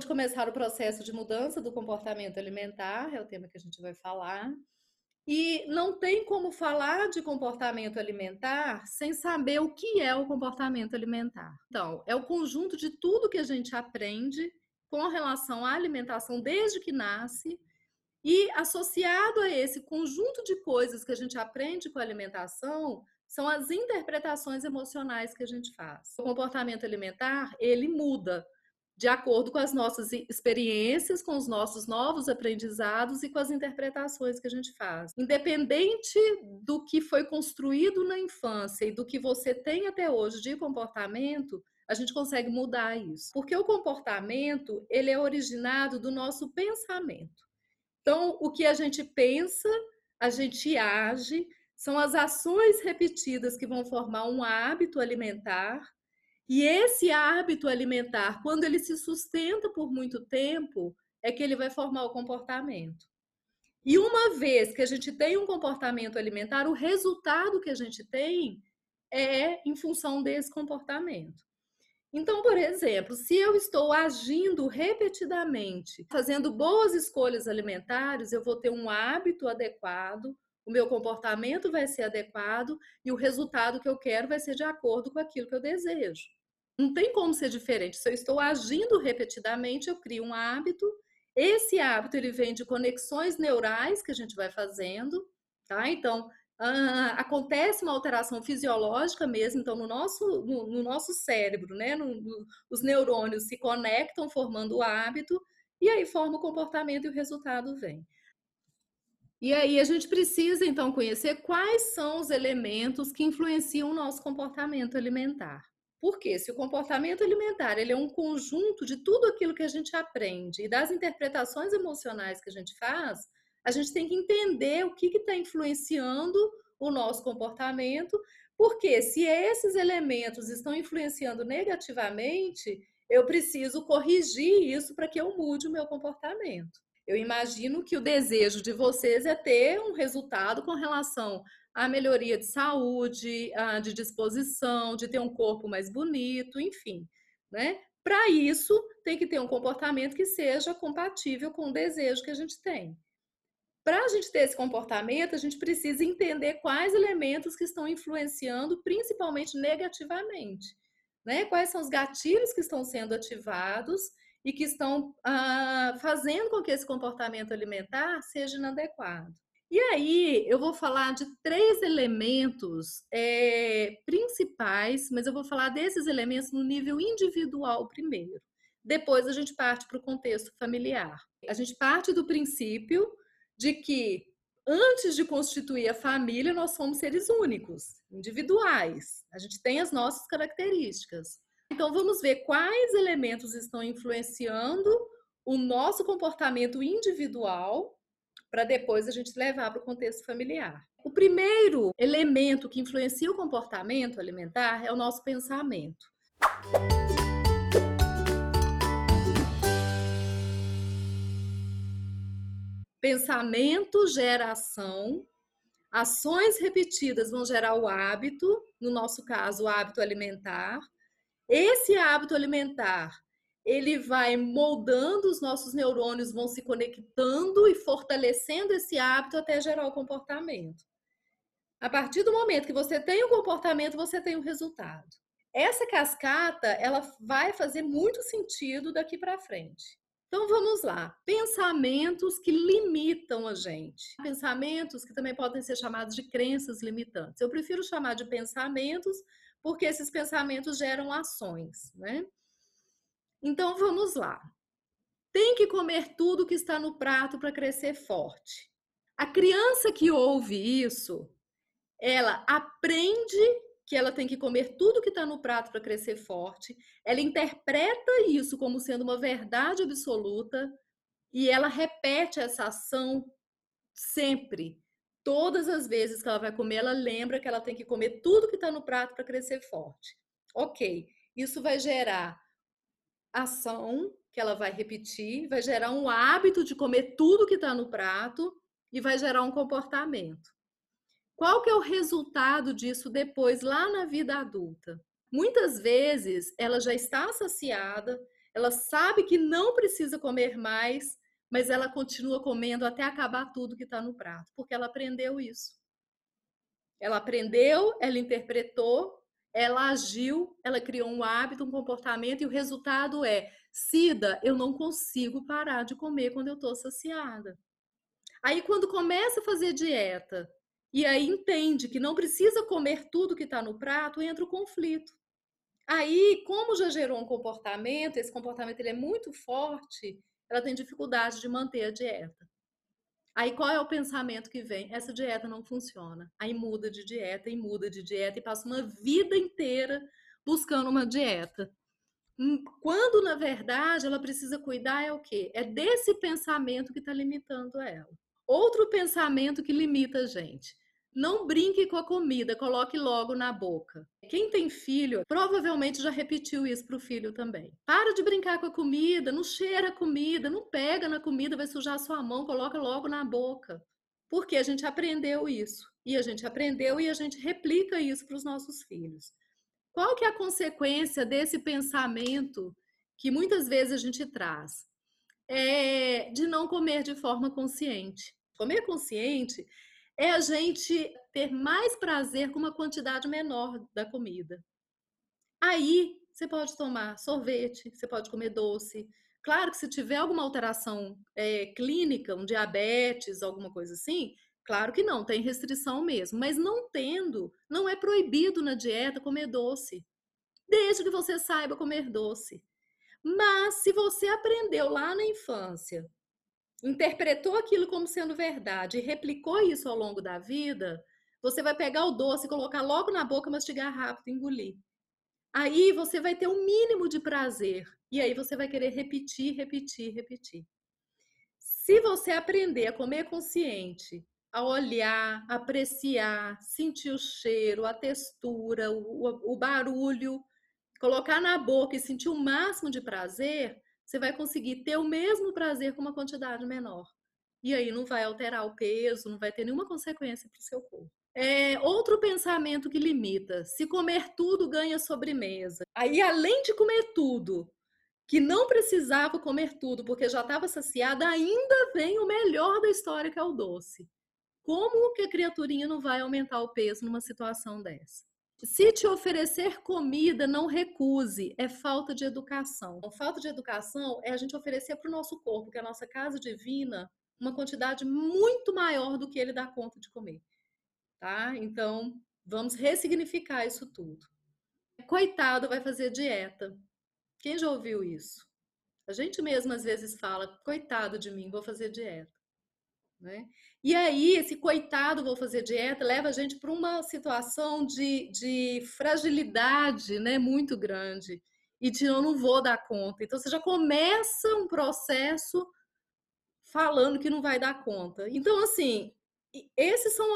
começar o processo de mudança do comportamento alimentar, é o tema que a gente vai falar. E não tem como falar de comportamento alimentar sem saber o que é o comportamento alimentar. Então, é o conjunto de tudo que a gente aprende com relação à alimentação desde que nasce, e associado a esse conjunto de coisas que a gente aprende com a alimentação, são as interpretações emocionais que a gente faz. O comportamento alimentar, ele muda de acordo com as nossas experiências, com os nossos novos aprendizados e com as interpretações que a gente faz. Independente do que foi construído na infância e do que você tem até hoje de comportamento, a gente consegue mudar isso. Porque o comportamento, ele é originado do nosso pensamento. Então, o que a gente pensa, a gente age, são as ações repetidas que vão formar um hábito alimentar. E esse hábito alimentar, quando ele se sustenta por muito tempo, é que ele vai formar o comportamento. E uma vez que a gente tem um comportamento alimentar, o resultado que a gente tem é em função desse comportamento. Então, por exemplo, se eu estou agindo repetidamente, fazendo boas escolhas alimentares, eu vou ter um hábito adequado, o meu comportamento vai ser adequado e o resultado que eu quero vai ser de acordo com aquilo que eu desejo. Não tem como ser diferente. Se eu estou agindo repetidamente, eu crio um hábito. Esse hábito ele vem de conexões neurais que a gente vai fazendo, tá? Então, acontece uma alteração fisiológica mesmo, então no nosso cérebro, né, os neurônios se conectam formando o hábito e aí forma o comportamento e o resultado vem. E aí a gente precisa então conhecer quais são os elementos que influenciam o nosso comportamento alimentar. Porque se o comportamento alimentar ele é um conjunto de tudo aquilo que a gente aprende e das interpretações emocionais que a gente faz, a gente tem que entender o que está influenciando o nosso comportamento, porque se esses elementos estão influenciando negativamente, eu preciso corrigir isso para que eu mude o meu comportamento. Eu imagino que o desejo de vocês é ter um resultado com relação à melhoria de saúde, de disposição, de ter um corpo mais bonito, enfim, né? Para isso, tem que ter um comportamento que seja compatível com o desejo que a gente tem. Para a gente ter esse comportamento, a gente precisa entender quais elementos que estão influenciando, principalmente negativamente, né? Quais são os gatilhos que estão sendo ativados e que estão fazendo com que esse comportamento alimentar seja inadequado. E aí, eu vou falar de 3 elementos principais, mas eu vou falar desses elementos no nível individual primeiro. Depois a gente parte para o contexto familiar. A gente parte do princípio de que antes de constituir a família, nós somos seres únicos, individuais. A gente tem as nossas características. Então, vamos ver quais elementos estão influenciando o nosso comportamento individual para depois a gente levar para o contexto familiar. O primeiro elemento que influencia o comportamento alimentar é o nosso pensamento. Pensamento gera ação, ações repetidas vão gerar o hábito, no nosso caso, o hábito alimentar. Esse hábito alimentar, ele vai moldando, os nossos neurônios vão se conectando e fortalecendo esse hábito até gerar o comportamento. A partir do momento que você tem o comportamento, você tem o resultado. Essa cascata, ela vai fazer muito sentido daqui para frente. Então vamos lá, pensamentos que limitam a gente. Pensamentos que também podem ser chamados de crenças limitantes. Eu prefiro chamar de pensamentos porque esses pensamentos geram ações, né? Então vamos lá. Tem que comer tudo que está no prato para crescer forte. A criança que ouve isso, ela aprende que ela tem que comer tudo que está no prato para crescer forte, ela interpreta isso como sendo uma verdade absoluta e ela repete essa ação sempre. Todas as vezes que ela vai comer, ela lembra que ela tem que comer tudo que está no prato para crescer forte. Ok, isso vai gerar ação que ela vai repetir, vai gerar um hábito de comer tudo que está no prato e vai gerar um comportamento. Qual que é o resultado disso depois, lá na vida adulta? Muitas vezes ela já está saciada, Ela sabe que não precisa comer mais, mas ela continua comendo até acabar tudo que está no prato, porque ela aprendeu isso. Ela aprendeu, ela interpretou, ela agiu, ela criou um hábito, um comportamento, e o resultado é: Cida, eu não consigo parar de comer quando eu estou saciada. Aí, quando começa a fazer dieta, e aí entende que não precisa comer tudo que está no prato, entra o conflito. Aí, como já gerou um comportamento, esse comportamento ele é muito forte, ela tem dificuldade de manter a dieta. Aí qual é o pensamento que vem? Essa dieta não funciona. Aí muda de dieta e muda de dieta e passa uma vida inteira buscando uma dieta. Quando, na verdade, ela precisa cuidar é o quê? É desse pensamento que está limitando ela. Outro pensamento que limita a gente. Não brinque com a comida, coloque logo na boca. Quem tem filho provavelmente já repetiu isso para o filho também. Para de brincar com a comida, não cheira a comida, não pega na comida, vai sujar a sua mão, coloca logo na boca. Porque a gente aprendeu isso. E a gente aprendeu e a gente replica isso para os nossos filhos. Qual que é a consequência desse pensamento que muitas vezes a gente traz? É de não comer de forma consciente. Comer consciente é a gente ter mais prazer com uma quantidade menor da comida. Aí você pode tomar sorvete, você pode comer doce. Claro que se tiver alguma alteração clínica, um diabetes, alguma coisa assim, claro que não, tem restrição mesmo. Mas não tendo, não é proibido na dieta comer doce, desde que você saiba comer doce. Mas se você aprendeu lá na infância, interpretou aquilo como sendo verdade e replicou isso ao longo da vida, você vai pegar o doce, colocar logo na boca, mastigar rápido, engolir. Aí você vai ter um mínimo de prazer. E aí você vai querer repetir, repetir, repetir. Se você aprender a comer consciente, a olhar, apreciar, sentir o cheiro, a textura, o barulho, colocar na boca e sentir o máximo de prazer, você vai conseguir ter o mesmo prazer com uma quantidade menor. E aí não vai alterar o peso, não vai ter nenhuma consequência para o seu corpo. Outro pensamento que limita: se comer tudo, ganha sobremesa. Aí, além de comer tudo, que não precisava comer tudo porque já estava saciada, ainda vem o melhor da história, que é o doce. Como que a criaturinha não vai aumentar o peso numa situação dessa? Se te oferecer comida, não recuse. É falta de educação. Falta de educação é a gente oferecer para o nosso corpo, que é a nossa casa divina, uma quantidade muito maior do que ele dá conta de comer. Tá? Então, vamos ressignificar isso tudo. Coitado, vai fazer dieta. Quem já ouviu isso? A gente mesmo às vezes fala: coitado de mim, vou fazer dieta. Né? E aí, esse coitado, vou fazer dieta, leva a gente para uma situação de fragilidade, né, muito grande. E de eu não vou dar conta. Então, você já começa um processo falando que não vai dar conta. Então, assim, esses são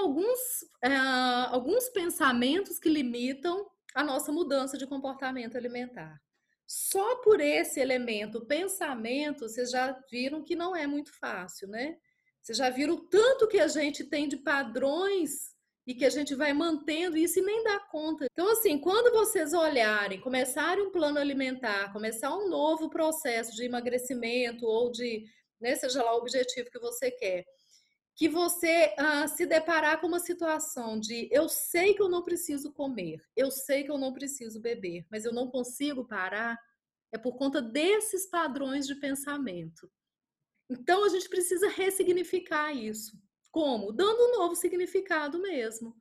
alguns pensamentos que limitam a nossa mudança de comportamento alimentar. Só por esse elemento, pensamento, vocês já viram que não é muito fácil, né? Vocês já viram o tanto que a gente tem de padrões e que a gente vai mantendo isso e nem dá conta. Então, assim, quando vocês olharem, começarem um plano alimentar, começar um novo processo de emagrecimento ou de, né, seja lá o objetivo que você quer, que você se deparar com uma situação de: eu sei que eu não preciso comer, eu sei que eu não preciso beber, mas eu não consigo parar, é por conta desses padrões de pensamento. Então, a gente precisa ressignificar isso. Como? Dando um novo significado mesmo.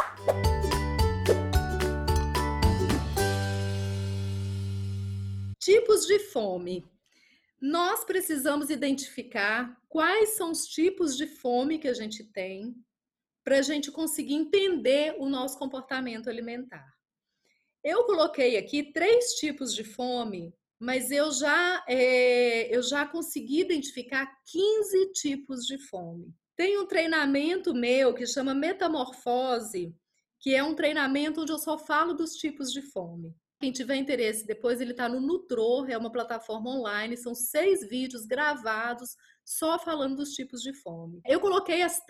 Tipos de fome. Nós precisamos identificar quais são os tipos de fome que a gente tem para a gente conseguir entender o nosso comportamento alimentar. Eu coloquei aqui 3 tipos de fome, mas eu já consegui identificar 15 tipos de fome. Tem um treinamento meu que chama Metamorfose, que é um treinamento onde eu só falo dos tipos de fome. Quem tiver interesse, depois ele está no Nutror, é uma plataforma online, são 6 vídeos gravados só falando dos tipos de fome. Eu coloquei as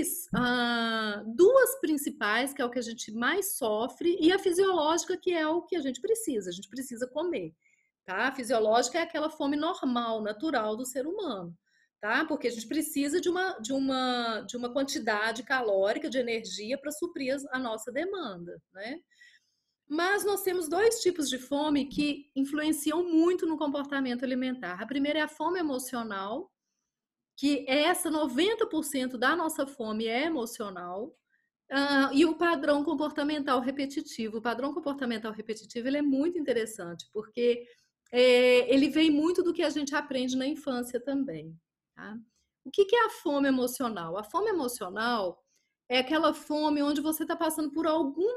2 principais, que é o que a gente mais sofre, e a fisiológica, que é o que a gente precisa comer. tá? Fisiológica é aquela fome normal, natural do ser humano, tá? Porque a gente precisa de uma quantidade calórica, de energia para suprir a nossa demanda, né? Mas nós temos dois tipos de fome que influenciam muito no comportamento alimentar. A primeira é a fome emocional, que essa 90% da nossa fome é emocional. E o padrão comportamental repetitivo. O padrão comportamental repetitivo ele é muito interessante, porque ele vem muito do que a gente aprende na infância também. Tá? O que é a fome emocional? A fome emocional é aquela fome onde você está passando por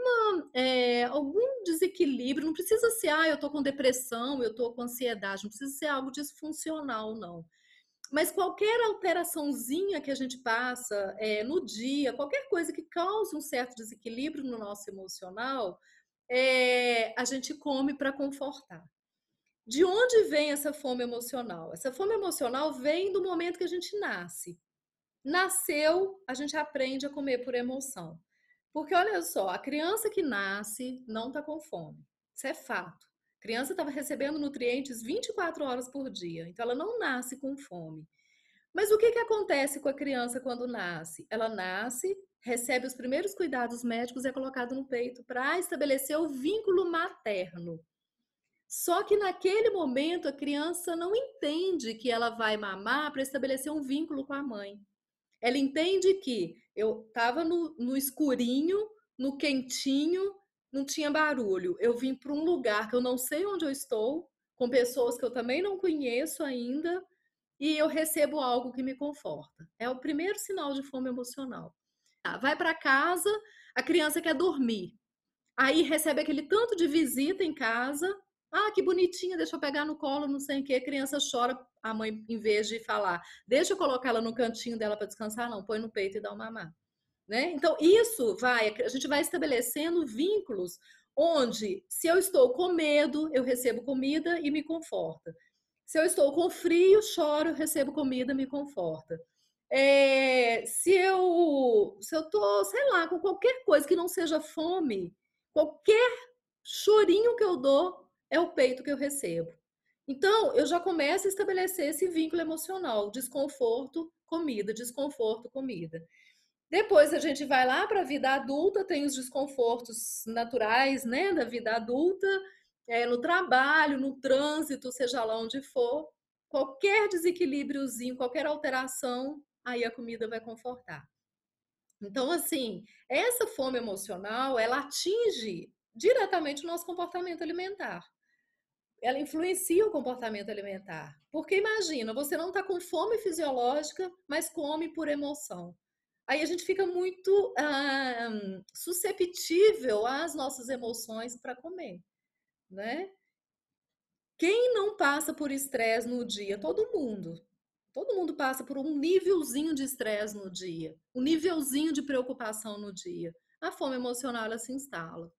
algum desequilíbrio. Não precisa ser, eu estou com depressão, eu estou com ansiedade, não precisa ser algo disfuncional, não. Mas qualquer alteraçãozinha que a gente passa no dia, qualquer coisa que cause um certo desequilíbrio no nosso emocional, a gente come para confortar. De onde vem essa fome emocional? Essa fome emocional vem do momento que a gente nasce. Nasceu, a gente aprende a comer por emoção. Porque olha só, a criança que nasce não está com fome. Isso é fato. A criança estava recebendo nutrientes 24 horas por dia, então ela não nasce com fome. Mas o que acontece com a criança quando nasce? Ela nasce, recebe os primeiros cuidados médicos e é colocado no peito para estabelecer o vínculo materno. Só que naquele momento a criança não entende que ela vai mamar para estabelecer um vínculo com a mãe. Ela entende que eu estava no escurinho, no quentinho, não tinha barulho. Eu vim para um lugar que eu não sei onde eu estou, com pessoas que eu também não conheço ainda, e eu recebo algo que me conforta. É o primeiro sinal de fome emocional. Vai para casa, a criança quer dormir. Aí recebe aquele tanto de visita em casa. Que bonitinha, deixa eu pegar no colo, não sei o que. A criança chora, a mãe, em vez de falar, deixa eu colocar ela no cantinho dela para descansar, não, põe no peito e dá uma mamar. Né? Então, a gente vai estabelecendo vínculos onde, se eu estou com medo, eu recebo comida e me conforta. Se eu estou com frio, choro, recebo comida, me conforta. Se eu estou, sei lá, com qualquer coisa que não seja fome, qualquer chorinho que eu dou é o peito que eu recebo. Então, eu já começo a estabelecer esse vínculo emocional, desconforto, comida, desconforto, comida. Depois a gente vai lá para a vida adulta, tem os desconfortos naturais, né, da vida adulta, no trabalho, no trânsito, seja lá onde for, qualquer desequilíbriozinho, qualquer alteração, aí a comida vai confortar. Então, assim, essa fome emocional, ela atinge diretamente o nosso comportamento alimentar. Ela influencia o comportamento alimentar. Porque imagina, você não está com fome fisiológica, mas come por emoção. Aí a gente fica muito susceptível às nossas emoções para comer, né? Quem não passa por estresse no dia? Todo mundo. Todo mundo passa por um nívelzinho de estresse no dia, um nívelzinho de preocupação no dia. A fome emocional ela se instala.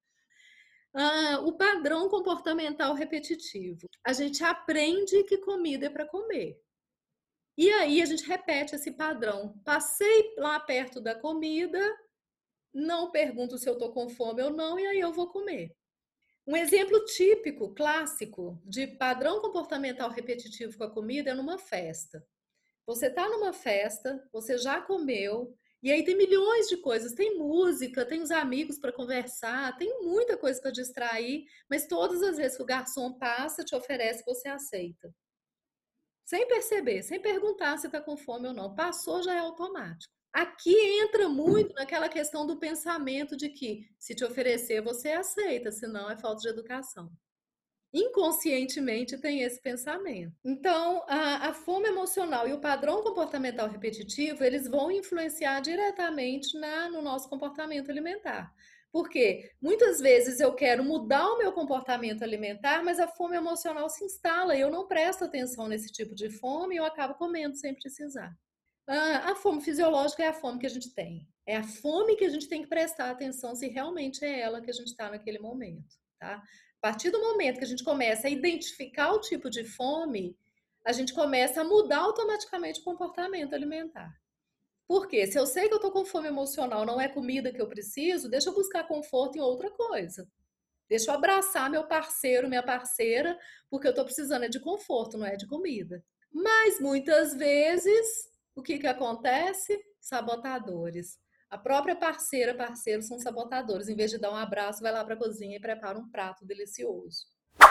O padrão comportamental repetitivo. A gente aprende que comida é para comer. E aí a gente repete esse padrão. Passei lá perto da comida, não pergunto se eu estou com fome ou não, e aí eu vou comer. Um exemplo típico, clássico, de padrão comportamental repetitivo com a comida é numa festa. Você está numa festa, você já comeu, e aí tem milhões de coisas. Tem música, tem os amigos para conversar, tem muita coisa para distrair, mas todas as vezes que o garçom passa, te oferece, você aceita. Sem perceber, sem perguntar se está com fome ou não. Passou, já é automático. Aqui entra muito naquela questão do pensamento de que se te oferecer, você aceita, senão é falta de educação. Inconscientemente tem esse pensamento. Então, a fome emocional e o padrão comportamental repetitivo, eles vão influenciar diretamente no nosso comportamento alimentar. Porque muitas vezes eu quero mudar o meu comportamento alimentar, mas a fome emocional se instala e eu não presto atenção nesse tipo de fome e eu acabo comendo sem precisar. A fome fisiológica é a fome que a gente tem. É a fome que a gente tem que prestar atenção se realmente é ela que a gente está naquele momento, tá? A partir do momento que a gente começa a identificar o tipo de fome, a gente começa a mudar automaticamente o comportamento alimentar. Por quê? Se eu sei que eu estou com fome emocional, não é comida que eu preciso, deixa eu buscar conforto em outra coisa. Deixa eu abraçar meu parceiro, minha parceira, porque eu estou precisando é de conforto, não é de comida. Mas muitas vezes, o que que acontece? Sabotadores. A própria parceira, parceiro são sabotadores. Em vez de dar um abraço, vai lá para a cozinha e prepara um prato delicioso.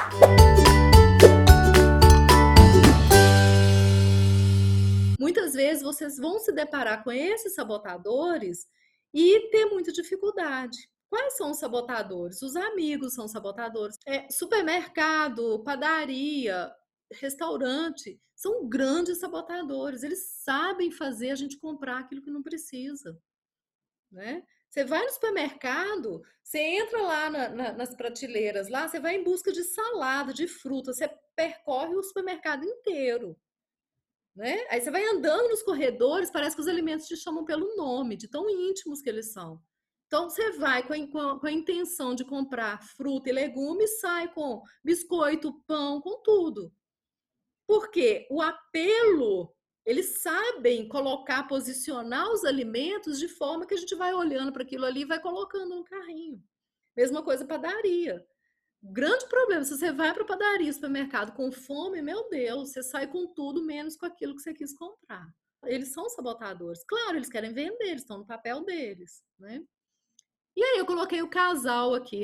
Muitas vezes vocês vão se deparar com esses sabotadores e ter muita dificuldade. Quais são os sabotadores? Os amigos são sabotadores. Supermercado, padaria, restaurante são grandes sabotadores. Eles sabem fazer a gente comprar aquilo que não precisa, né? Você vai no supermercado, você entra lá nas prateleiras, lá você vai em busca de salada, de fruta, você percorre o supermercado inteiro, né? Aí você vai andando nos corredores, parece que os alimentos te chamam pelo nome, de tão íntimos que eles são. Então você vai com a intenção de comprar fruta e legumes, sai com biscoito, pão, com tudo. Porque o apelo, eles sabem colocar, posicionar os alimentos de forma que a gente vai olhando para aquilo ali e vai colocando no carrinho. Mesma coisa padaria. Grande problema, se você vai para padaria, supermercado com fome, meu Deus, você sai com tudo menos com aquilo que você quis comprar. Eles são sabotadores. Claro, eles querem vender, eles estão no papel deles, né? E aí eu coloquei o casal aqui.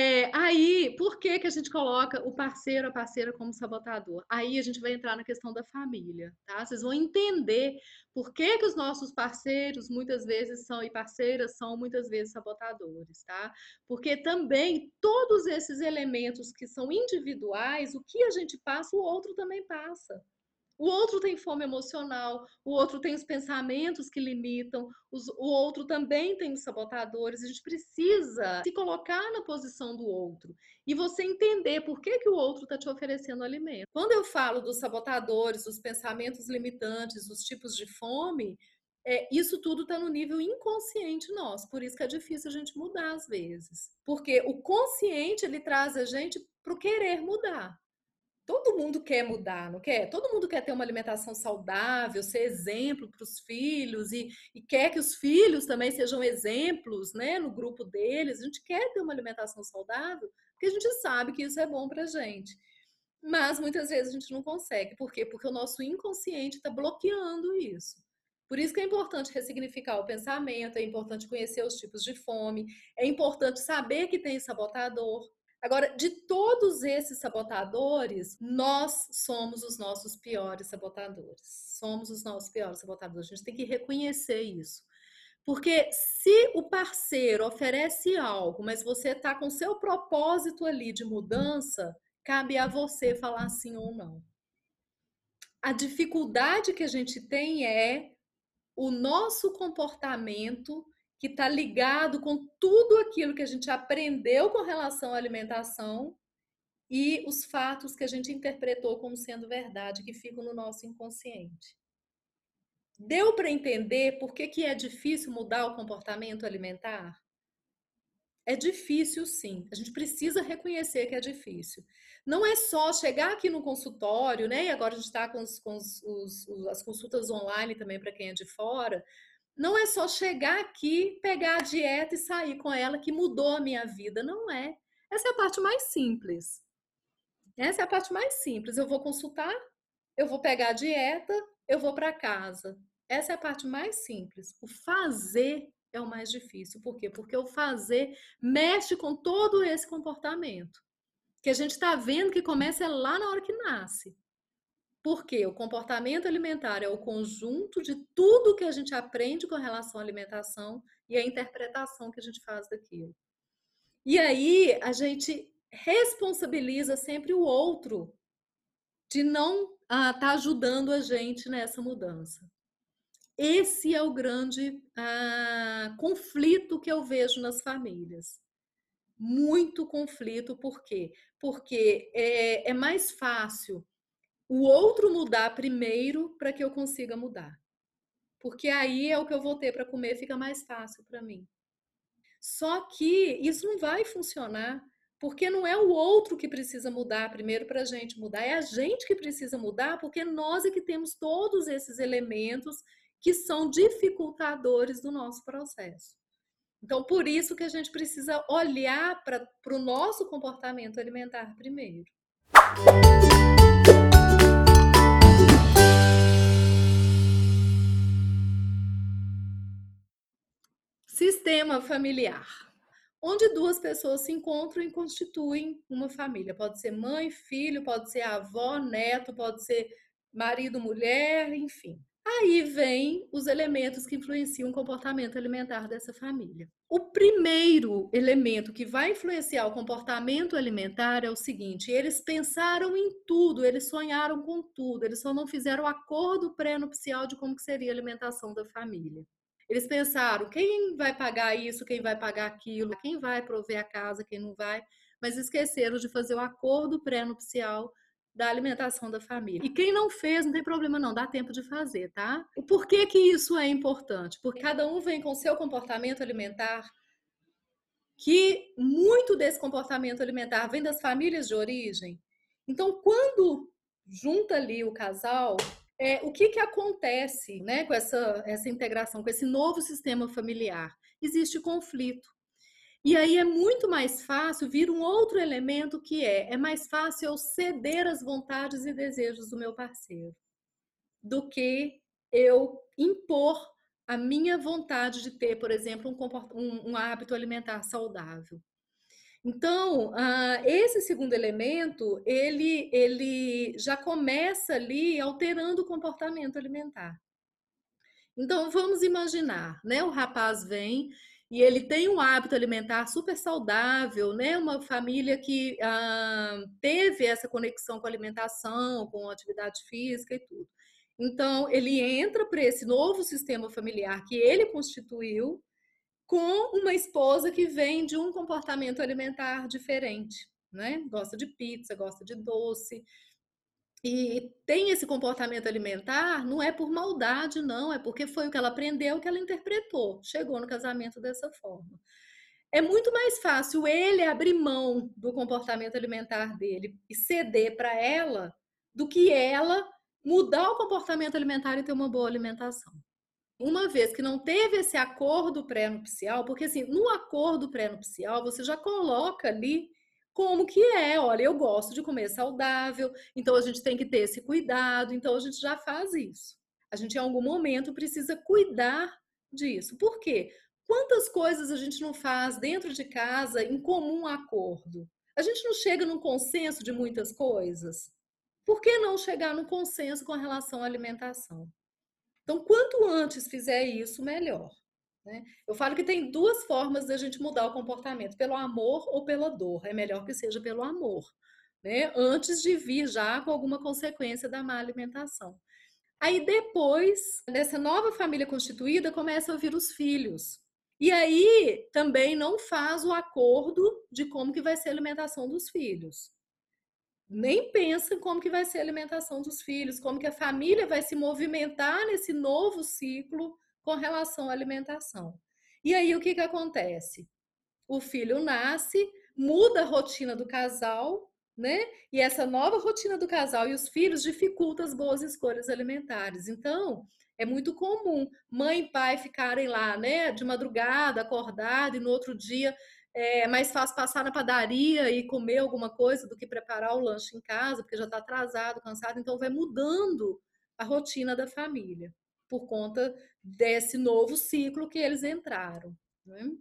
Aí, por que que a gente coloca o parceiro, a parceira como sabotador? Aí a gente vai entrar na questão da família, tá? Vocês vão entender por que que os nossos parceiros muitas vezes são e parceiras são muitas vezes sabotadores, tá? Porque também todos esses elementos que são individuais, o que a gente passa, o outro também passa. O outro tem fome emocional, o outro tem os pensamentos que limitam, o outro também tem os sabotadores. A gente precisa se colocar na posição do outro e você entender por que que o outro está te oferecendo alimento. Quando eu falo dos sabotadores, dos pensamentos limitantes, dos tipos de fome, isso tudo está no nível inconsciente nosso. Por isso que é difícil a gente mudar às vezes. Porque o consciente, ele traz a gente para o querer mudar. Todo mundo quer mudar, não quer? Todo mundo quer ter uma alimentação saudável, ser exemplo para os filhos e quer que os filhos também sejam exemplos, né, no grupo deles. A gente quer ter uma alimentação saudável porque a gente sabe que isso é bom para a gente. Mas muitas vezes a gente não consegue. Por quê? Porque o nosso inconsciente está bloqueando isso. Por isso que é importante ressignificar o pensamento, é importante conhecer os tipos de fome, é importante saber que tem sabotador. Agora, de todos esses sabotadores, nós somos os nossos piores sabotadores. Somos os nossos piores sabotadores. A gente tem que reconhecer isso. Porque se o parceiro oferece algo, mas você está com seu propósito ali de mudança, cabe a você falar sim ou não. A dificuldade que a gente tem é o nosso comportamento que está ligado com tudo aquilo que a gente aprendeu com relação à alimentação e os fatos que a gente interpretou como sendo verdade, que ficam no nosso inconsciente. Deu para entender por que que é difícil mudar o comportamento alimentar? É difícil, sim. A gente precisa reconhecer que é difícil. Não é só chegar aqui no consultório, né? E agora a gente está com as consultas online também para quem é de fora. Não é só chegar aqui, pegar a dieta e sair com ela que mudou a minha vida. Não é. Essa é a parte mais simples. Essa é a parte mais simples. Eu vou consultar, eu vou pegar a dieta, eu vou para casa. Essa é a parte mais simples. O fazer é o mais difícil. Por quê? Porque o fazer mexe com todo esse comportamento. Que a gente está vendo que começa lá na hora que nasce. Porque o comportamento alimentar é o conjunto de tudo que a gente aprende com relação à alimentação e a interpretação que a gente faz daquilo. E aí a gente responsabiliza sempre o outro de não estar ajudando a gente nessa mudança. Esse é o grande conflito que eu vejo nas famílias. Muito conflito, por quê? Porque é mais fácil o outro mudar primeiro para que eu consiga mudar. Porque aí é o que eu vou ter para comer, fica mais fácil para mim. Só que isso não vai funcionar, porque não é o outro que precisa mudar primeiro para a gente mudar, é a gente que precisa mudar, porque nós é que temos todos esses elementos que são dificultadores do nosso processo. Então, por isso que a gente precisa olhar para o nosso comportamento alimentar primeiro. Sistema familiar, onde duas pessoas se encontram e constituem uma família. Pode ser mãe, filho, pode ser avó, neto, pode ser marido, mulher, enfim. Aí vem os elementos que influenciam o comportamento alimentar dessa família. O primeiro elemento que vai influenciar o comportamento alimentar é o seguinte: eles pensaram em tudo, eles sonharam com tudo, eles só não fizeram o acordo pré-nupcial de como que seria a alimentação da família. Eles pensaram quem vai pagar isso, quem vai pagar aquilo, quem vai prover a casa, quem não vai, mas esqueceram de fazer o acordo pré-nupcial da alimentação da família. E quem não fez, não tem problema não, dá tempo de fazer, tá? O porquê que isso é importante? Porque cada um vem com seu comportamento alimentar, que muito desse comportamento alimentar vem das famílias de origem. Então, quando junta ali o casal, o que acontece, né, com essa integração, com esse novo sistema familiar? Existe conflito. E aí é muito mais fácil vir um outro elemento que é mais fácil eu ceder às vontades e desejos do meu parceiro do que eu impor a minha vontade de ter, por exemplo, um hábito alimentar saudável. Então, esse segundo elemento, ele já começa ali alterando o comportamento alimentar. Então, vamos imaginar, né? O rapaz vem e ele tem um hábito alimentar super saudável, né? Uma família que teve essa conexão com a alimentação, com a atividade física e tudo. Então, ele entra para esse novo sistema familiar que ele constituiu com uma esposa que vem de um comportamento alimentar diferente, né? Gosta de pizza, gosta de doce, e tem esse comportamento alimentar, não é por maldade, não, é porque foi o que ela aprendeu, o que ela interpretou, chegou no casamento dessa forma. É muito mais fácil ele abrir mão do comportamento alimentar dele e ceder para ela do que ela mudar o comportamento alimentar e ter uma boa alimentação. Uma vez que não teve esse acordo pré-nupcial, porque assim, no acordo pré-nupcial você já coloca ali como que é, olha, eu gosto de comer saudável, então a gente tem que ter esse cuidado, então a gente já faz isso. A gente em algum momento precisa cuidar disso. Por quê? Quantas coisas a gente não faz dentro de casa em comum acordo? A gente não chega num consenso de muitas coisas? Por que não chegar no consenso com relação à alimentação? Então, quanto antes fizer isso, melhor. Né? Eu falo que tem duas formas da gente mudar o comportamento, pelo amor ou pela dor. É melhor que seja pelo amor, né? Antes de vir já com alguma consequência da má alimentação. Aí depois, dessa nova família constituída, começam a vir os filhos. E aí também não faz o acordo de como que vai ser a alimentação dos filhos. Nem pensa em como que vai ser a alimentação dos filhos, como que a família vai se movimentar nesse novo ciclo com relação à alimentação. E aí o que acontece? O filho nasce, muda a rotina do casal, né? E essa nova rotina do casal e os filhos dificulta as boas escolhas alimentares. Então, é muito comum mãe e pai ficarem lá, né, de madrugada, acordado, e no outro dia é mais fácil passar na padaria e comer alguma coisa do que preparar o lanche em casa, porque já está atrasado, cansado, então vai mudando a rotina da família por conta desse novo ciclo que eles entraram, né?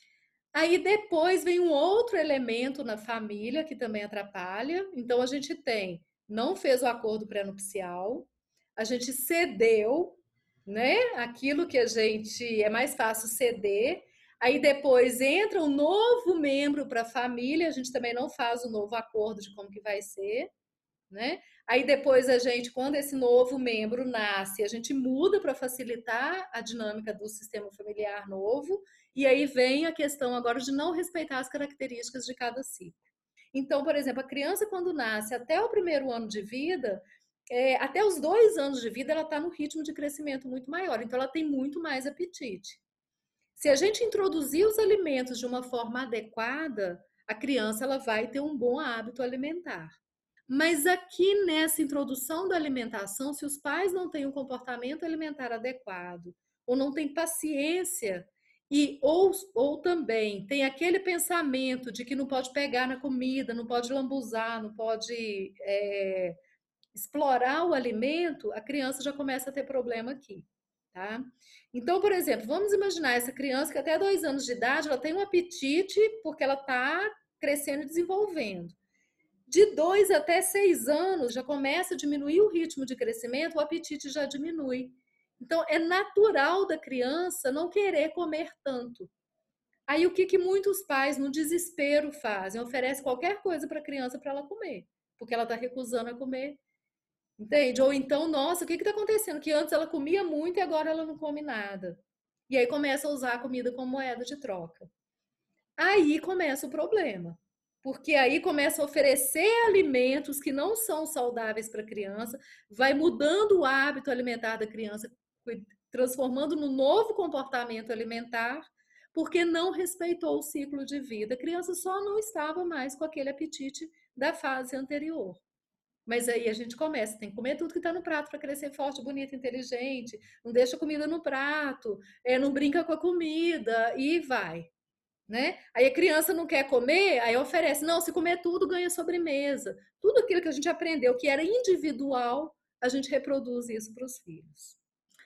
Aí depois vem um outro elemento na família que também atrapalha. Então a gente tem, não fez o acordo pré-nupcial, a gente cedeu, né? Aquilo que a gente é mais fácil ceder. Aí depois entra um novo membro para a família, a gente também não faz o novo acordo de como que vai ser, né? Aí depois a gente, quando esse novo membro nasce, a gente muda para facilitar a dinâmica do sistema familiar novo, e aí vem a questão agora de não respeitar as características de cada ciclo. Então, por exemplo, a criança quando nasce até o primeiro ano de vida, até os 2 anos de vida, ela está no ritmo de crescimento muito maior, então ela tem muito mais apetite. Se a gente introduzir os alimentos de uma forma adequada, a criança ela vai ter um bom hábito alimentar. Mas aqui nessa introdução da alimentação, se os pais não têm um comportamento alimentar adequado ou não têm paciência Ou também tem aquele pensamento de que não pode pegar na comida, não pode lambuzar, não pode explorar o alimento, a criança já começa a ter problema aqui, tá? Então, por exemplo, vamos imaginar essa criança que até 2 anos de idade ela tem um apetite porque ela está crescendo e desenvolvendo. De 2 até 6 anos já começa a diminuir o ritmo de crescimento, o apetite já diminui. Então, é natural da criança não querer comer tanto. Aí, o que muitos pais, no desespero, fazem? Oferecem qualquer coisa para a criança para ela comer, porque ela está recusando a comer. Entende? Ou então, nossa, o que está acontecendo? Que antes ela comia muito e agora ela não come nada. E aí começa a usar a comida como moeda de troca. Aí começa o problema. Porque aí começa a oferecer alimentos que não são saudáveis para a criança, vai mudando o hábito alimentar da criança, transformando no novo comportamento alimentar, porque não respeitou o ciclo de vida. A criança só não estava mais com aquele apetite da fase anterior. Mas aí a gente começa, tem que comer tudo que está no prato para crescer forte, bonito, inteligente, não deixa comida no prato, não brinca com a comida e vai. Né? Aí a criança não quer comer, aí oferece, não, se comer tudo, ganha sobremesa. Tudo aquilo que a gente aprendeu que era individual, a gente reproduz isso para os filhos.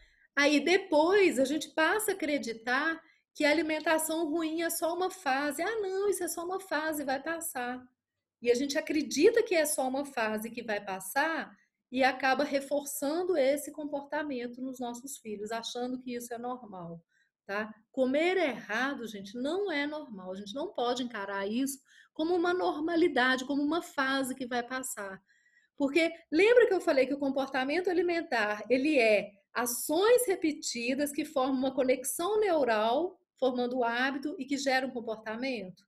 Aí depois a gente passa a acreditar que a alimentação ruim é só uma fase. Ah, não, isso é só uma fase, vai passar. E a gente acredita que é só uma fase que vai passar e acaba reforçando esse comportamento nos nossos filhos, achando que isso é normal. Tá? Comer errado, gente, não é normal. A gente não pode encarar isso como uma normalidade, como uma fase que vai passar. Porque lembra que eu falei que o comportamento alimentar, ele é ações repetidas que formam uma conexão neural, formando o hábito e que geram um comportamento?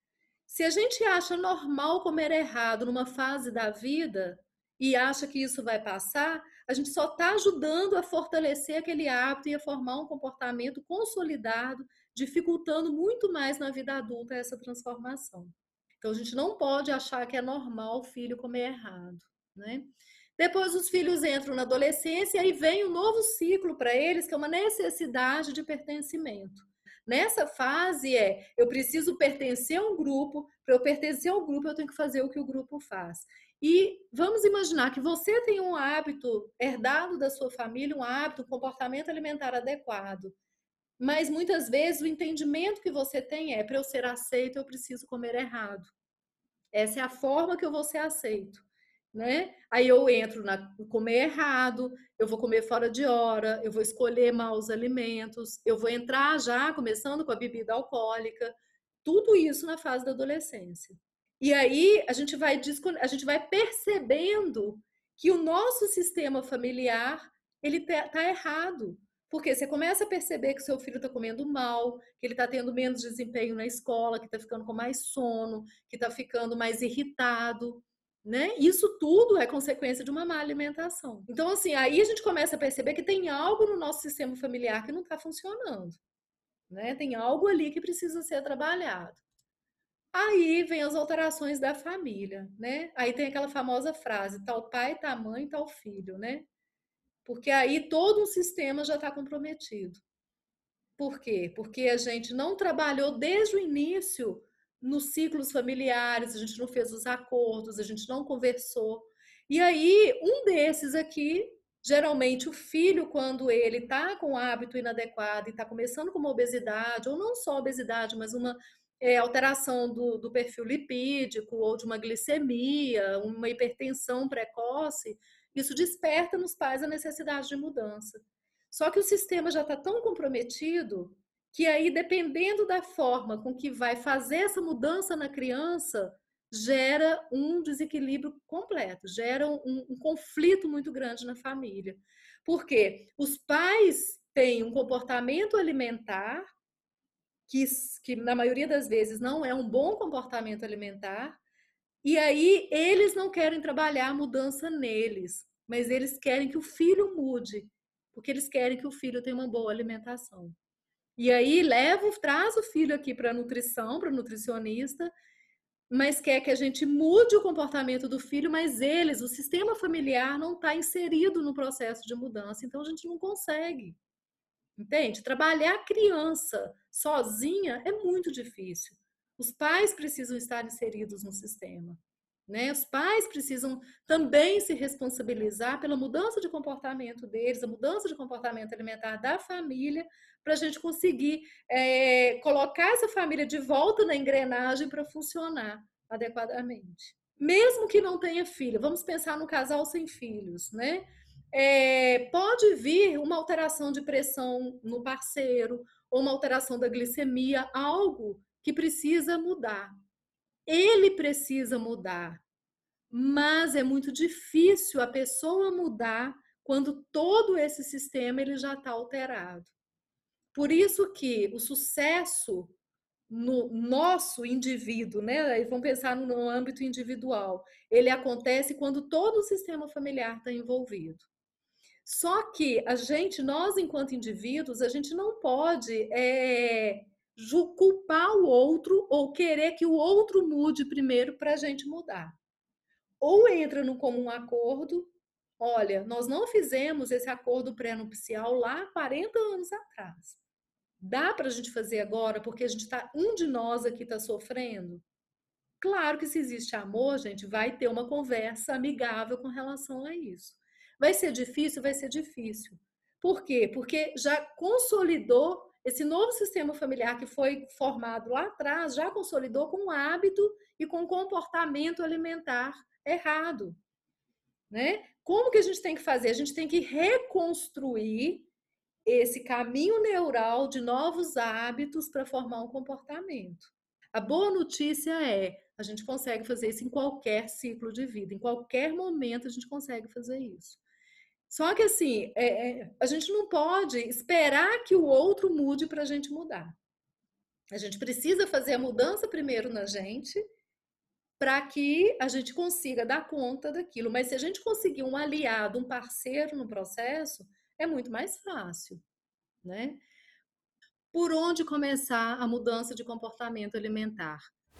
Se a gente acha normal comer errado numa fase da vida e acha que isso vai passar, a gente só está ajudando a fortalecer aquele hábito e a formar um comportamento consolidado, dificultando muito mais na vida adulta essa transformação. Então, a gente não pode achar que é normal o filho comer errado, né? Depois os filhos entram na adolescência e aí vem um novo ciclo para eles, que é uma necessidade de pertencimento. Nessa fase eu preciso pertencer a um grupo, para eu pertencer ao grupo eu tenho que fazer o que o grupo faz. E vamos imaginar que você tem um hábito herdado da sua família, um hábito, um comportamento alimentar adequado. Mas muitas vezes o entendimento que você tem é: para eu ser aceito, eu preciso comer errado. Essa é a forma que eu vou ser aceito. Né? Aí eu entro na comer errado, eu vou comer fora de hora, eu vou escolher maus alimentos, eu vou entrar já começando com a bebida alcoólica, tudo isso na fase da adolescência. E aí a gente vai percebendo que o nosso sistema familiar ele tá errado. Porque você começa a perceber que seu filho está comendo mal, que ele está tendo menos desempenho na escola, que está ficando com mais sono, que está ficando mais irritado. Né? Isso tudo é consequência de uma má alimentação. Então, assim, aí a gente começa a perceber que tem algo no nosso sistema familiar que não está funcionando. Né? Tem algo ali que precisa ser trabalhado. Aí vem as alterações da família, né? Aí tem aquela famosa frase, tal pai, tal mãe, tal filho, né? Porque aí todo um sistema já está comprometido. Por quê? Porque a gente não trabalhou desde o início nos ciclos familiares, a gente não fez os acordos, a gente não conversou. E aí, um desses aqui, geralmente o filho, quando ele está com um hábito inadequado e está começando com uma obesidade, ou não só obesidade, mas uma alteração do perfil lipídico, ou de uma glicemia, uma hipertensão precoce, isso desperta nos pais a necessidade de mudança. Só que o sistema já está tão comprometido que aí, dependendo da forma com que vai fazer essa mudança na criança, gera um desequilíbrio completo, gera um conflito muito grande na família. Por quê? Os pais têm um comportamento alimentar que na maioria das vezes não é um bom comportamento alimentar, e aí eles não querem trabalhar a mudança neles, mas eles querem que o filho mude, porque eles querem que o filho tenha uma boa alimentação. E aí traz o filho aqui para a nutrição, para o nutricionista, mas quer que a gente mude o comportamento do filho, mas o sistema familiar não está inserido no processo de mudança, então a gente não consegue. entende? Trabalhar a criança sozinha é muito difícil. Os pais precisam estar inseridos no sistema, né? Os pais precisam também se responsabilizar pela mudança de comportamento deles, a mudança de comportamento alimentar da família, para a gente conseguir colocar essa família de volta na engrenagem para funcionar adequadamente. Mesmo que não tenha filho, vamos pensar no casal sem filhos, né? Pode vir uma alteração de pressão no parceiro, ou uma alteração da glicemia, algo que precisa mudar. Ele precisa mudar, mas é muito difícil a pessoa mudar quando todo esse sistema ele já está alterado. Por isso que o sucesso no nosso indivíduo, né? Aí vamos pensar no âmbito individual. Ele acontece quando todo o sistema familiar está envolvido. Só que nós enquanto indivíduos, a gente não pode culpar o outro ou querer que o outro mude primeiro para a gente mudar. Ou entra no comum acordo, olha, nós não fizemos esse acordo pré-nupcial lá há 40 anos atrás. Dá para a gente fazer agora porque um de nós aqui está sofrendo? Claro que se existe amor, gente, vai ter uma conversa amigável com relação a isso. Vai ser difícil? Vai ser difícil. Por quê? Porque já consolidou esse novo sistema familiar que foi formado lá atrás, já consolidou com um hábito e com um comportamento alimentar errado, né? Como que a gente tem que fazer? A gente tem que reconstruir esse caminho neural de novos hábitos para formar um comportamento. A boa notícia é, a gente consegue fazer isso em qualquer ciclo de vida, em qualquer momento a gente consegue fazer isso. Só que assim, a gente não pode esperar que o outro mude para a gente mudar. A gente precisa fazer a mudança primeiro na gente, para que a gente consiga dar conta daquilo. Mas se a gente conseguir um aliado, um parceiro no processo, é muito mais fácil, né? Por onde começar a mudança de comportamento alimentar?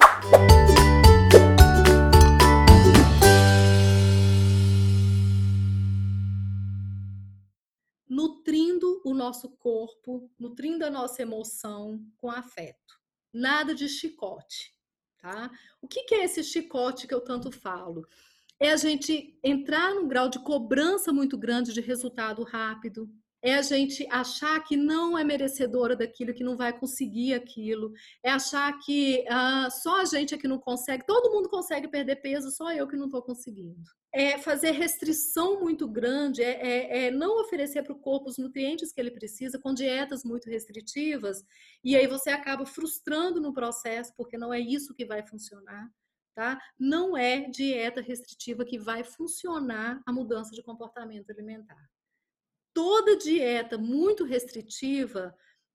Nutrindo o nosso corpo, nutrindo a nossa emoção com afeto. Nada de chicote, tá? O que é esse chicote que eu tanto falo? É a gente entrar num grau de cobrança muito grande de resultado rápido, é a gente achar que não é merecedora daquilo, que não vai conseguir aquilo, é achar que só a gente é que não consegue, todo mundo consegue perder peso, só eu que não estou conseguindo. É fazer restrição muito grande, não oferecer para o corpo os nutrientes que ele precisa, com dietas muito restritivas, e aí você acaba frustrando no processo, porque não é isso que vai funcionar. Tá? Não é dieta restritiva que vai funcionar a mudança de comportamento alimentar. Toda dieta muito restritiva,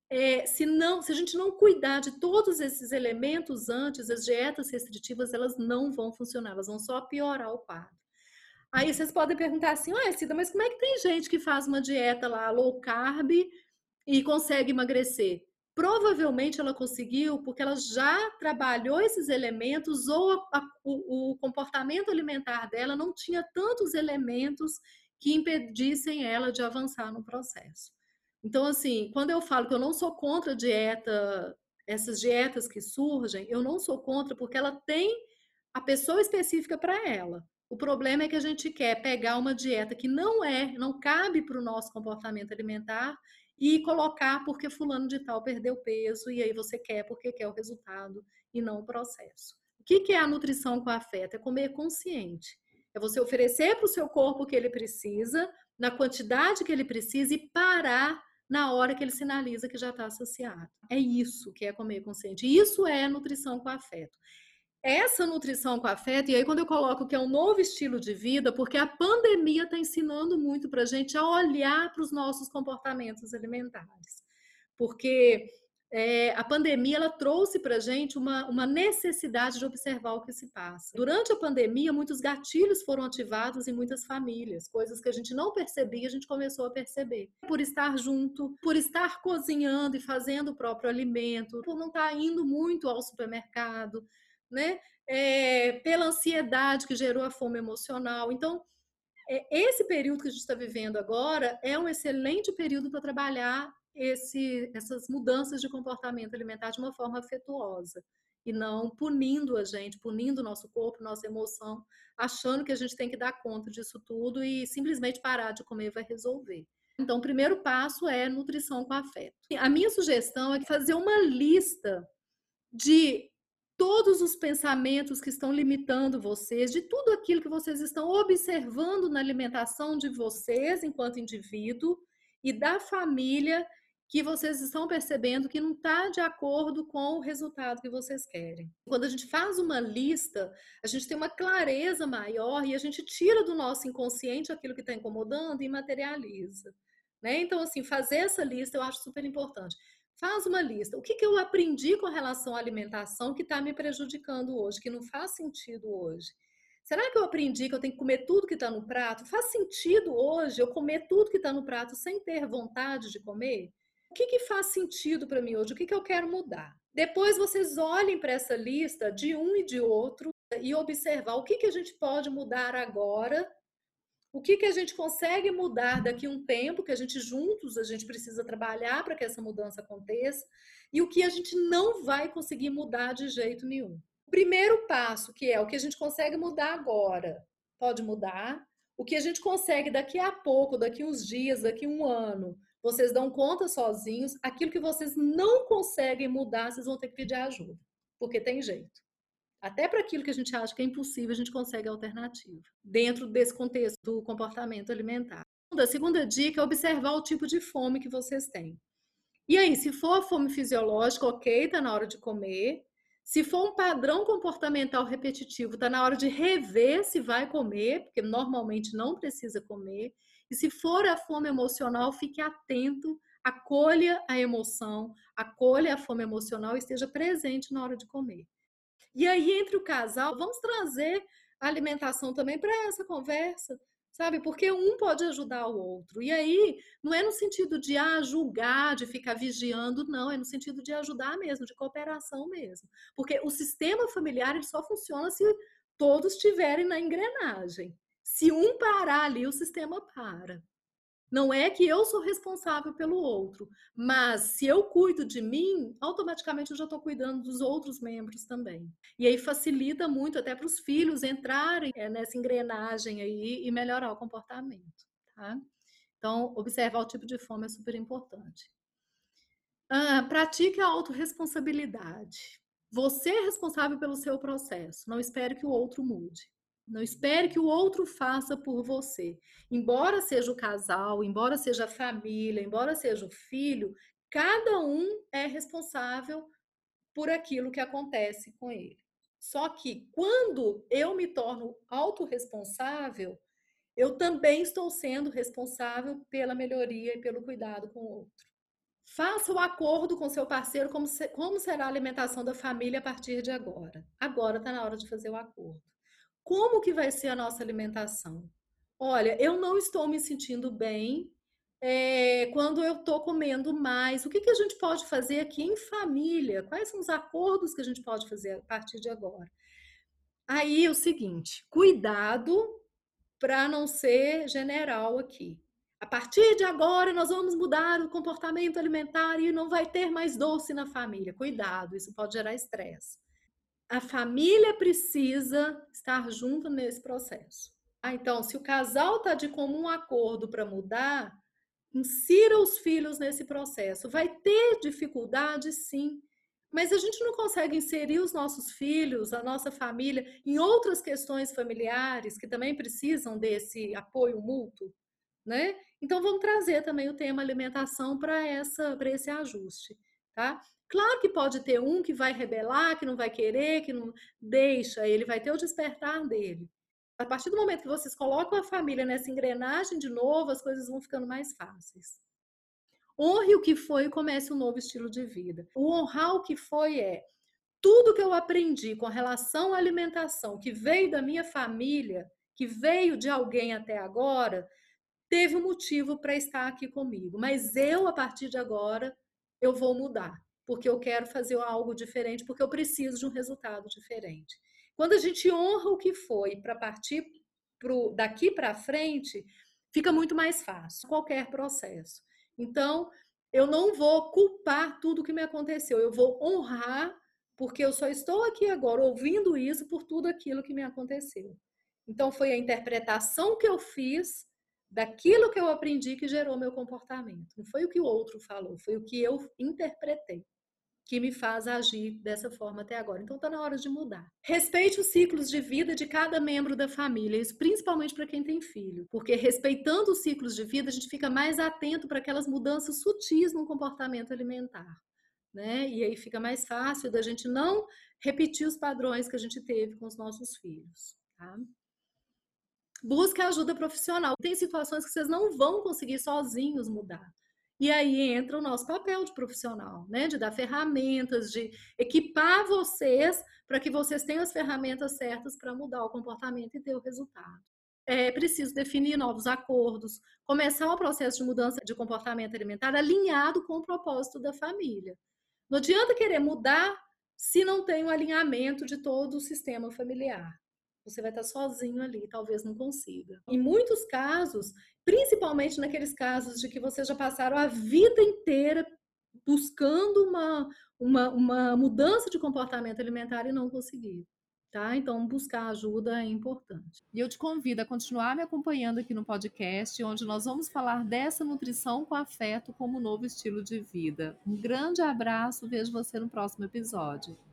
se a gente não cuidar de todos esses elementos antes, as dietas restritivas elas não vão funcionar, elas vão só piorar o quadro. Aí vocês podem perguntar assim, Cida, mas como é que tem gente que faz uma dieta lá low carb e consegue emagrecer? Provavelmente ela conseguiu porque ela já trabalhou esses elementos ou o comportamento alimentar dela não tinha tantos elementos que impedissem ela de avançar no processo. Então, assim, quando eu falo que eu não sou contra dieta, essas dietas que surgem, eu não sou contra porque ela tem a pessoa específica para ela. O problema é que a gente quer pegar uma dieta que não cabe para o nosso comportamento alimentar e colocar porque fulano de tal perdeu peso e aí você quer porque quer o resultado e não o processo. O que é a nutrição com afeto? É comer consciente. É você oferecer para o seu corpo o que ele precisa, na quantidade que ele precisa e parar na hora que ele sinaliza que já está saciado. É isso que é comer consciente. Isso é nutrição com afeto. Essa nutrição com afeto, e aí quando eu coloco que é um novo estilo de vida, porque a pandemia está ensinando muito para a gente a olhar para os nossos comportamentos alimentares. Porque a pandemia ela trouxe para a gente uma necessidade de observar o que se passa. Durante a pandemia, muitos gatilhos foram ativados em muitas famílias, coisas que a gente não percebia, a gente começou a perceber. Por estar junto, por estar cozinhando e fazendo o próprio alimento, por não estar indo muito ao supermercado, né? Pela ansiedade que gerou a fome emocional. Então, esse período que a gente está vivendo agora é um excelente período para trabalhar essas mudanças de comportamento alimentar de uma forma afetuosa e não punindo a gente, punindo o nosso corpo, nossa emoção, achando que a gente tem que dar conta disso tudo e simplesmente parar de comer vai resolver. Então, o primeiro passo é nutrição com afeto. A minha sugestão é fazer uma lista de todos os pensamentos que estão limitando vocês, de tudo aquilo que vocês estão observando na alimentação de vocês enquanto indivíduo e da família que vocês estão percebendo que não está de acordo com o resultado que vocês querem. Quando a gente faz uma lista, a gente tem uma clareza maior e a gente tira do nosso inconsciente aquilo que está incomodando e materializa. Né? Então, assim, fazer essa lista eu acho super importante. Faz uma lista. O que eu aprendi com relação à alimentação que está me prejudicando hoje, que não faz sentido hoje? Será que eu aprendi que eu tenho que comer tudo que está no prato? Faz sentido hoje eu comer tudo que está no prato sem ter vontade de comer? O que faz sentido para mim hoje? O que eu quero mudar? Depois vocês olhem para essa lista de um e de outro e observar o que a gente pode mudar agora, o que a gente consegue mudar daqui a um tempo, que a gente juntos a gente precisa trabalhar para que essa mudança aconteça, e o que a gente não vai conseguir mudar de jeito nenhum. O primeiro passo, que é o que a gente consegue mudar agora, pode mudar. O que a gente consegue daqui a pouco, daqui uns dias, daqui um ano, vocês dão conta sozinhos. Aquilo que vocês não conseguem mudar, vocês vão ter que pedir ajuda, porque tem jeito. Até para aquilo que a gente acha que é impossível, a gente consegue alternativa, dentro desse contexto do comportamento alimentar. A segunda dica é observar o tipo de fome que vocês têm. E aí, se for fome fisiológica, ok, está na hora de comer. Se for um padrão comportamental repetitivo, está na hora de rever se vai comer, porque normalmente não precisa comer. E se for a fome emocional, fique atento, acolha a emoção, acolha a fome emocional e esteja presente na hora de comer. E aí, entre o casal, vamos trazer a alimentação também para essa conversa, sabe? Porque um pode ajudar o outro. E aí, não é no sentido de julgar, de ficar vigiando, não, é no sentido de ajudar mesmo, de cooperação mesmo. Porque o sistema familiar ele só funciona se todos estiverem na engrenagem. Se um parar ali, o sistema para. Não é que eu sou responsável pelo outro, mas se eu cuido de mim, automaticamente eu já estou cuidando dos outros membros também. E aí facilita muito até para os filhos entrarem nessa engrenagem aí e melhorar o comportamento, tá? Então, observar o tipo de fome é super importante. Pratique a autorresponsabilidade. Você é responsável pelo seu processo, não espere que o outro mude. Não espere que o outro faça por você. Embora seja o casal, embora seja a família, embora seja o filho, cada um é responsável por aquilo que acontece com ele. Só que quando eu me torno autorresponsável, eu também estou sendo responsável pela melhoria e pelo cuidado com o outro. Faça o acordo com seu parceiro como será a alimentação da família a partir de agora. Agora está na hora de fazer o acordo. Como que vai ser a nossa alimentação? Olha, eu não estou me sentindo bem quando eu estou comendo mais. O que a gente pode fazer aqui em família? Quais são os acordos que a gente pode fazer a partir de agora? Aí o seguinte, cuidado para não ser general aqui. A partir de agora, nós vamos mudar o comportamento alimentar e não vai ter mais doce na família. Cuidado, isso pode gerar estresse. A família precisa estar junto nesse processo. Então, se o casal está de comum acordo para mudar, insira os filhos nesse processo. Vai ter dificuldade, sim, mas a gente não consegue inserir os nossos filhos, a nossa família, em outras questões familiares que também precisam desse apoio mútuo, né? Então vamos trazer também o tema alimentação para esse ajuste, tá? Claro que pode ter um que vai rebelar, que não vai querer, que não deixa, ele vai ter o despertar dele. A partir do momento que vocês colocam a família nessa engrenagem de novo, as coisas vão ficando mais fáceis. Honre o que foi e comece um novo estilo de vida. O honrar o que foi tudo que eu aprendi com relação à alimentação, que veio da minha família, que veio de alguém até agora, teve um motivo para estar aqui comigo. Mas eu, a partir de agora, eu vou mudar, porque eu quero fazer algo diferente, porque eu preciso de um resultado diferente. Quando a gente honra o que foi para partir daqui para frente, fica muito mais fácil qualquer processo. Então, eu não vou culpar tudo que me aconteceu, eu vou honrar, porque eu só estou aqui agora ouvindo isso por tudo aquilo que me aconteceu. Então, foi a interpretação que eu fiz daquilo que eu aprendi que gerou meu comportamento. Não foi o que o outro falou, foi o que eu interpretei que me faz agir dessa forma até agora. Então, está na hora de mudar. Respeite os ciclos de vida de cada membro da família, isso principalmente para quem tem filho, porque respeitando os ciclos de vida, a gente fica mais atento para aquelas mudanças sutis no comportamento alimentar, né? E aí fica mais fácil da gente não repetir os padrões que a gente teve com os nossos filhos, tá? Busque ajuda profissional. Tem situações que vocês não vão conseguir sozinhos mudar. E aí entra o nosso papel de profissional, né? De dar ferramentas, de equipar vocês para que vocês tenham as ferramentas certas para mudar o comportamento e ter o resultado. É preciso definir novos acordos, começar o processo de mudança de comportamento alimentar alinhado com o propósito da família. Não adianta querer mudar se não tem um alinhamento de todo o sistema familiar. Você vai estar sozinho ali, talvez não consiga. Em muitos casos, principalmente naqueles casos de que vocês já passaram a vida inteira buscando uma mudança de comportamento alimentar e não conseguiram. Tá? Então, buscar ajuda é importante. E eu te convido a continuar me acompanhando aqui no podcast, onde nós vamos falar dessa nutrição com afeto como novo estilo de vida. Um grande abraço, vejo você no próximo episódio.